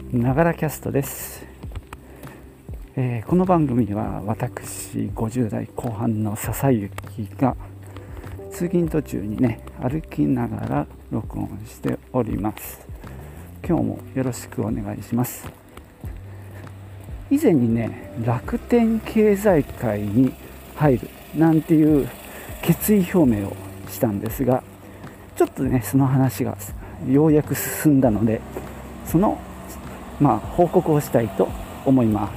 ながらキャストです。この番組は私50代後半の笹雪が通勤途中にね歩きながら録音しております。今日もよろしくお願いします。以前にね楽天経済界に入るなんていう決意表明をしたんですが、ちょっとねその話がようやく進んだので、その報告をしたいと思います。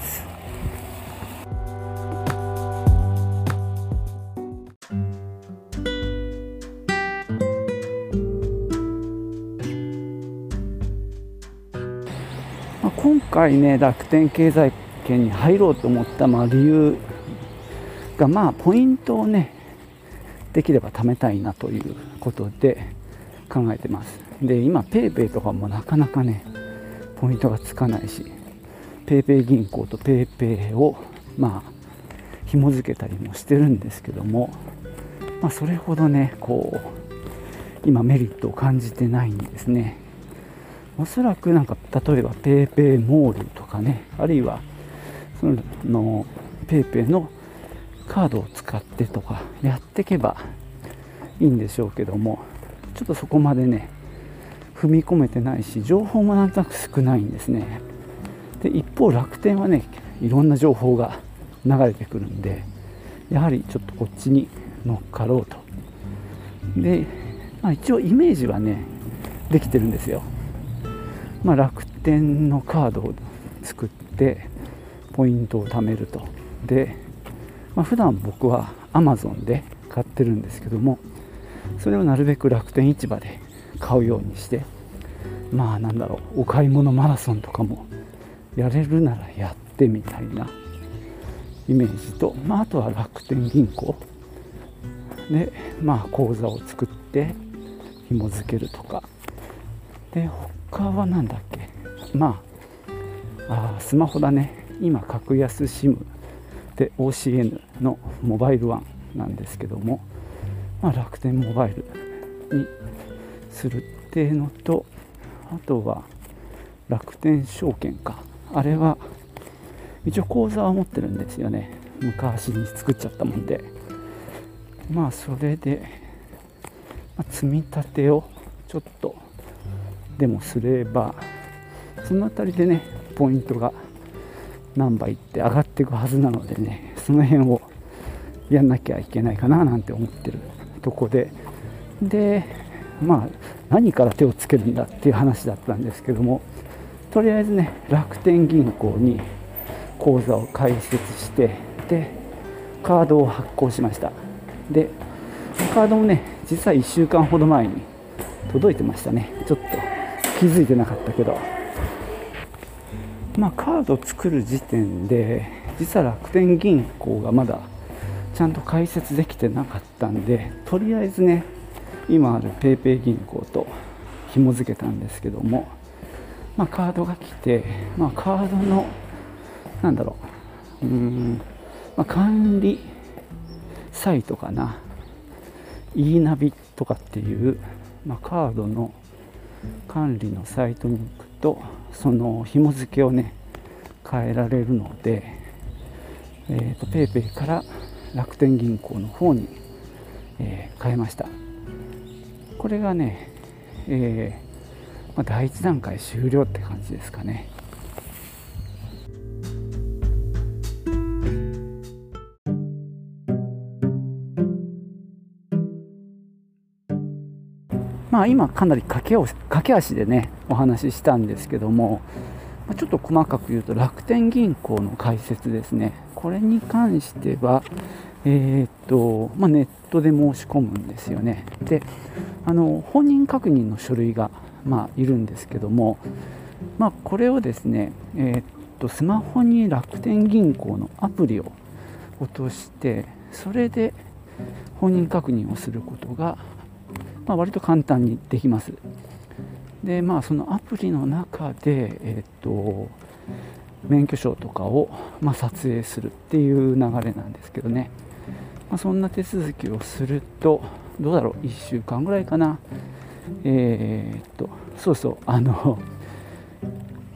今回ね楽天経済圏に入ろうと思った理由がポイントをねできれば貯めたいなということで考えてます。で今ペイペイとかもなかなかねポイントがつかないし、ペイペイ銀行とペイペイを紐付けたりもしてるんですけども、それほどね今メリットを感じてないんですね。おそらく例えばペイペイモールとかね、あるいはそのペイペイのカードを使ってとかやっていけばいいんでしょうけども、ちょっとそこまでね踏み込めてないし、情報もなんとなく少ないんですね。で一方楽天はねいろんな情報が流れてくるんで、やはりちょっとこっちに乗っかろうと。で、一応イメージはねできてるんですよ。楽天のカードを作ってポイントを貯めると。で、普段僕は Amazon で買ってるんですけども、それをなるべく楽天市場で買うようにして、お買い物マラソンとかもやれるならやってみたいなイメージと、あとは楽天銀行で口座を作って紐付けるとかで、他はなんだっけ、スマホだね。今格安 SIM で OCN のモバイルワンなんですけども、楽天モバイルにするっていうのと、あとは楽天証券か、あれは一応口座は持ってるんですよね。昔に作っちゃったもんで、それで、積み立てをちょっとでもすれば、そのあたりでねポイントが何倍って上がっていくはずなのでね、その辺をやんなきゃいけないかななんて思ってるとこで、何から手をつけるんだっていう話だったんですけども、とりあえずね楽天銀行に口座を開設して、でカードを発行しました。でカードもね実は1週間ほど前に届いてましたね。ちょっと気づいてなかったけど、カードを作る時点で実は楽天銀行がまだちゃんと開設できてなかったんで、とりあえずね今あるペイペイ銀行と紐付けたんですけども、カードが来て、カードの管理サイトかな、e ナビとかっていう、カードの管理のサイトに行くとその紐付けをね変えられるので、ペイペイから楽天銀行の方に、変えました。これがね、第一段階終了って感じですかね。今かなり駆け足でねお話ししたんですけども、ちょっと細かく言うと楽天銀行の開設ですね。これに関してはネットで申し込むんですよね。で本人確認の書類がいるんですけども、これをですねスマホに楽天銀行のアプリを落として、それで本人確認をすることが割と簡単にできます。でそのアプリの中で、免許証とかを、撮影するっていう流れなんですけどね、そんな手続きをするとどうだろう、1週間ぐらいかな。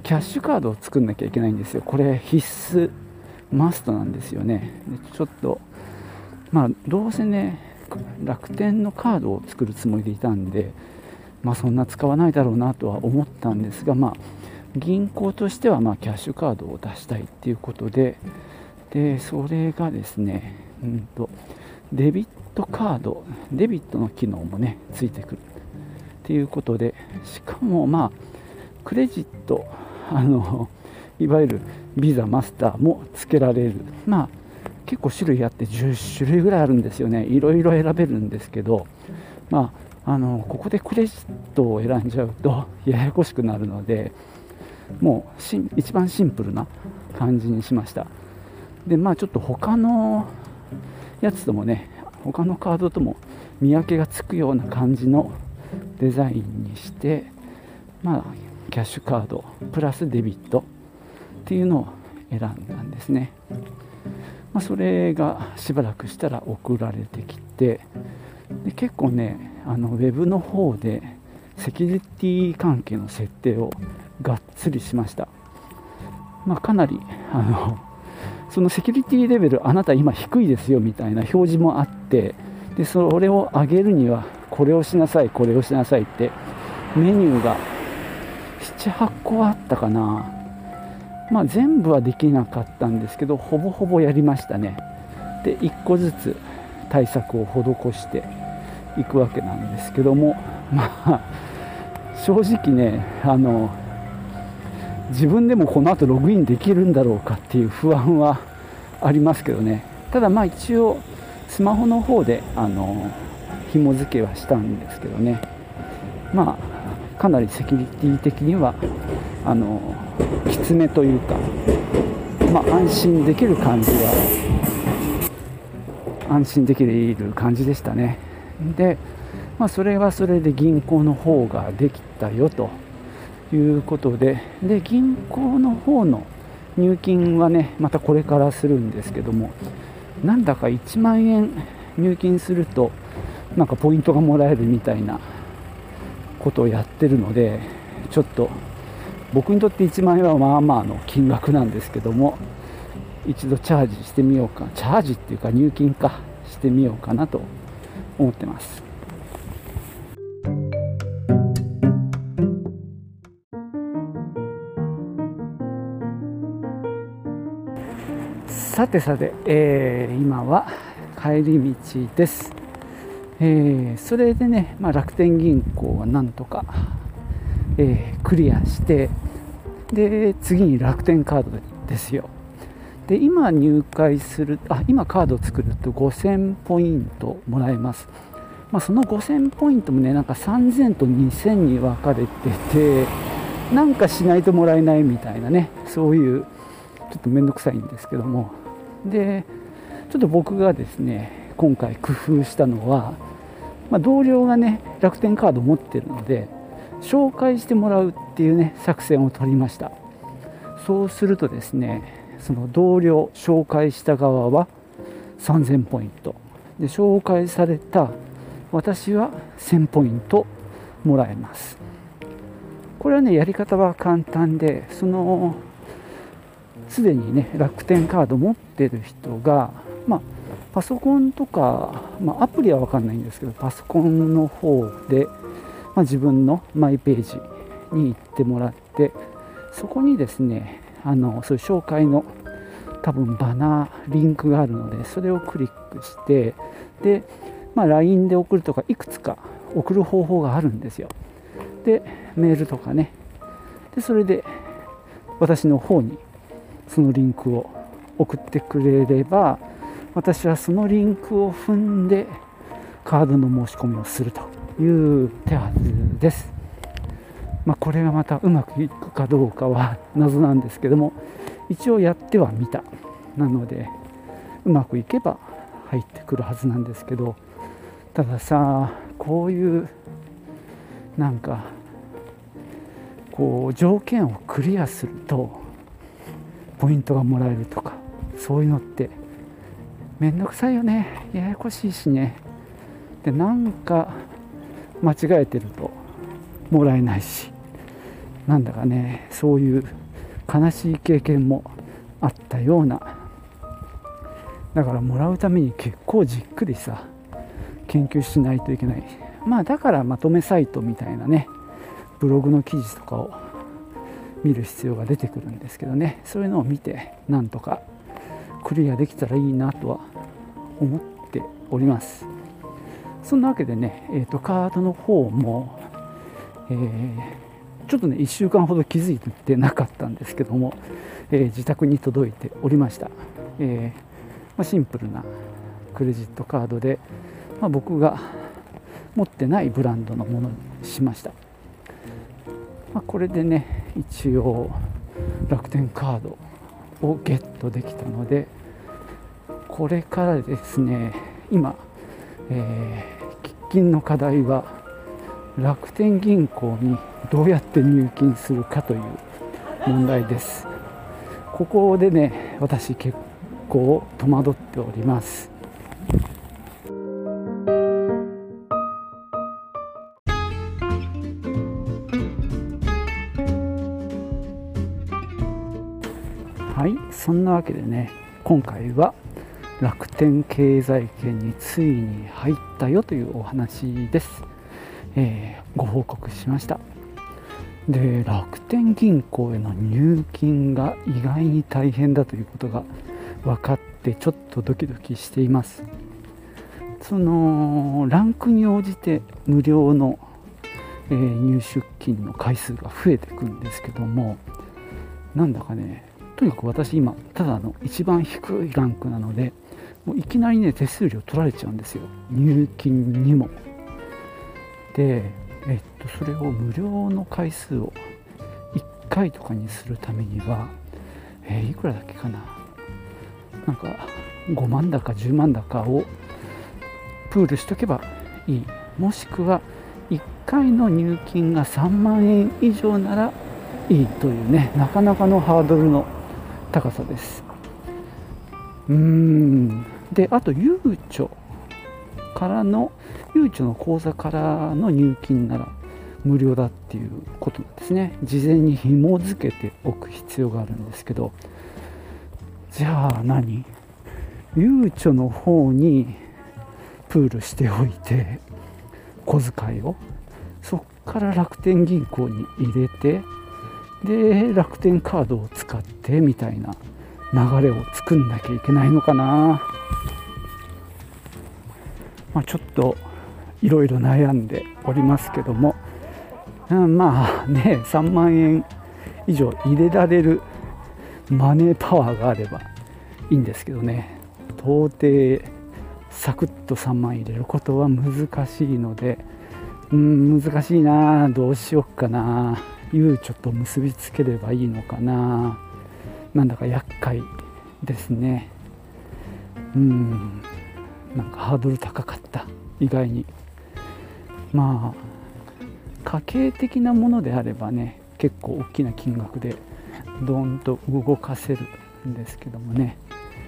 キャッシュカードを作んなきゃいけないんですよ。これ必須マストなんですよね。でちょっとどうせね楽天のカードを作るつもりでいたんで、そんな使わないだろうなとは思ったんですが、銀行としてはキャッシュカードを出したいっていうことで、それがですね、デビットカード、デビットの機能もねついてくるっていうことで、しかもクレジットいわゆるビザマスターもつけられる。結構種類あって10種類ぐらいあるんですよね。いろいろ選べるんですけど、ここでクレジットを選んじゃうとややこしくなるので、もう一番シンプルな感じにしました。でちょっと他のやつともね、他のカードとも見分けがつくような感じのデザインにして、キャッシュカードプラスデビットっていうのを選んだんですね。それがしばらくしたら送られてきて、で結構ねウェブの方でセキュリティ関係の設定をがっつりしました。かなりそのセキュリティレベルあなた今低いですよみたいな表示もあって、でそれを上げるにはこれをしなさいこれをしなさいってメニューが 7,8 個あったかな。全部はできなかったんですけど、ほぼほぼやりましたね。で1個ずつ対策を施していくわけなんですけども、正直ね自分でもこの後ログインできるんだろうかっていう不安はありますけどね。ただ一応スマホの方で紐付けはしたんですけどね、かなりセキュリティ的にはきつめというか、安心できる感じでしたね。で、それはそれで銀行の方ができたよということで、銀行の方の入金はねまたこれからするんですけども、なんだか1万円入金するとポイントがもらえるみたいなことをやってるので、ちょっと僕にとって1万円はの金額なんですけども、一度チャージしてみようか、チャージっていうか入金してみようかなと思ってます。さて、今は帰り道です。それでね、楽天銀行はなんとか、クリアして、で次に楽天カードですよ。で今今カードを作ると5000ポイントもらえます。その5000ポイントもね3000と2000に分かれてて、しないともらえないみたいなね、そういうちょっと面倒くさいんですけども、でちょっと僕がですね今回工夫したのは、同僚がね楽天カードを持ってるので紹介してもらうっていうね作戦を取りました。そうするとですね、その同僚紹介した側は3000ポイントで、紹介された私は1000ポイントもらえます。これはねやり方は簡単で、すでにね楽天カード持ってる人が、パソコンとか、アプリは分かんないんですけど、パソコンの方で、自分のマイページに行ってもらって、そこにですねそういう紹介の多分バナーリンクがあるので、それをクリックして、で、LINE で送るとかいくつか送る方法があるんですよ。でメールとかね、でそれで私の方にそのリンクを送ってくれれば、私はそのリンクを踏んでカードの申し込みをするという手はずです。これがまたうまくいくかどうかは謎なんですけども、一応やってはみた。なのでうまくいけば入ってくるはずなんですけど、たださ、こういう条件をクリアするとポイントがもらえるとか、そういうのってめんどくさいよね。ややこしいしね。で間違えてるともらえないし、 なんだかね、そういう悲しい経験もあったような。だからもらうために結構じっくりさ研究しないといけない。だからまとめサイトみたいなね、ブログの記事とかを見る必要が出てくるんですけどね、そういうのを見てなんとかクリアできたらいいなとは思っております。そんなわけでね、カードの方も、ちょっとね1週間ほど気づいてなかったんですけども、自宅に届いておりました。シンプルなクレジットカードで、僕が持ってないブランドのものにしました。これでね一応楽天カードをゲットできたので、これからですね、今、喫緊の課題は楽天銀行にどうやって入金するかという問題です。ここでね私結構戸惑っております。はい、そんなわけでね、今回は楽天経済圏についに入ったよというお話です。ご報告しました。で、楽天銀行への入金が意外に大変だということが分かってちょっとドキドキしています。そのランクに応じて無料の、入出金の回数が増えていくんですけども、なんだかね、とにかく私今ただの一番低いランクなので、もういきなりね手数料取られちゃうんですよ、入金にも。で、それを無料の回数を1回とかにするためには、いくらだっけかな、なんか5万だか10万だかをプールしとけばいい、もしくは1回の入金が3万円以上ならいいというね、なかなかのハードルの高さです。で、あとゆうちょの口座からの入金なら無料だっていうことなんですね。事前に紐付けておく必要があるんですけど、じゃあゆうちょの方にプールしておいて、小遣いをそっから楽天銀行に入れて、で楽天カードを使ってみたいな流れを作んなきゃいけないのかな。ちょっといろいろ悩んでおりますけども、3万円以上入れられるマネーパワーがあればいいんですけどね、到底サクッと3万円入れることは難しいので、難しいな、どうしよっかな、ゆうちょと結びつければいいのかな、なんだか厄介ですね。なんかハードル高かった、意外に。家計的なものであればね、結構大きな金額でドーンと動かせるんですけどもね、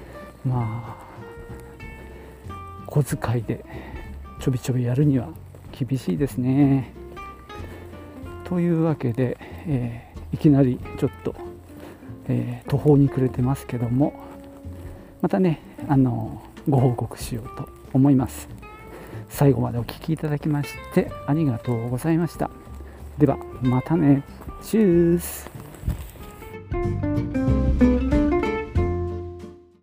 小遣いでちょびちょびやるには厳しいですね。というわけで、いきなりちょっと、途方に暮れてますけども、またねご報告しようと思います。最後までお聞きいただきましてありがとうございました。ではまたね。チュース。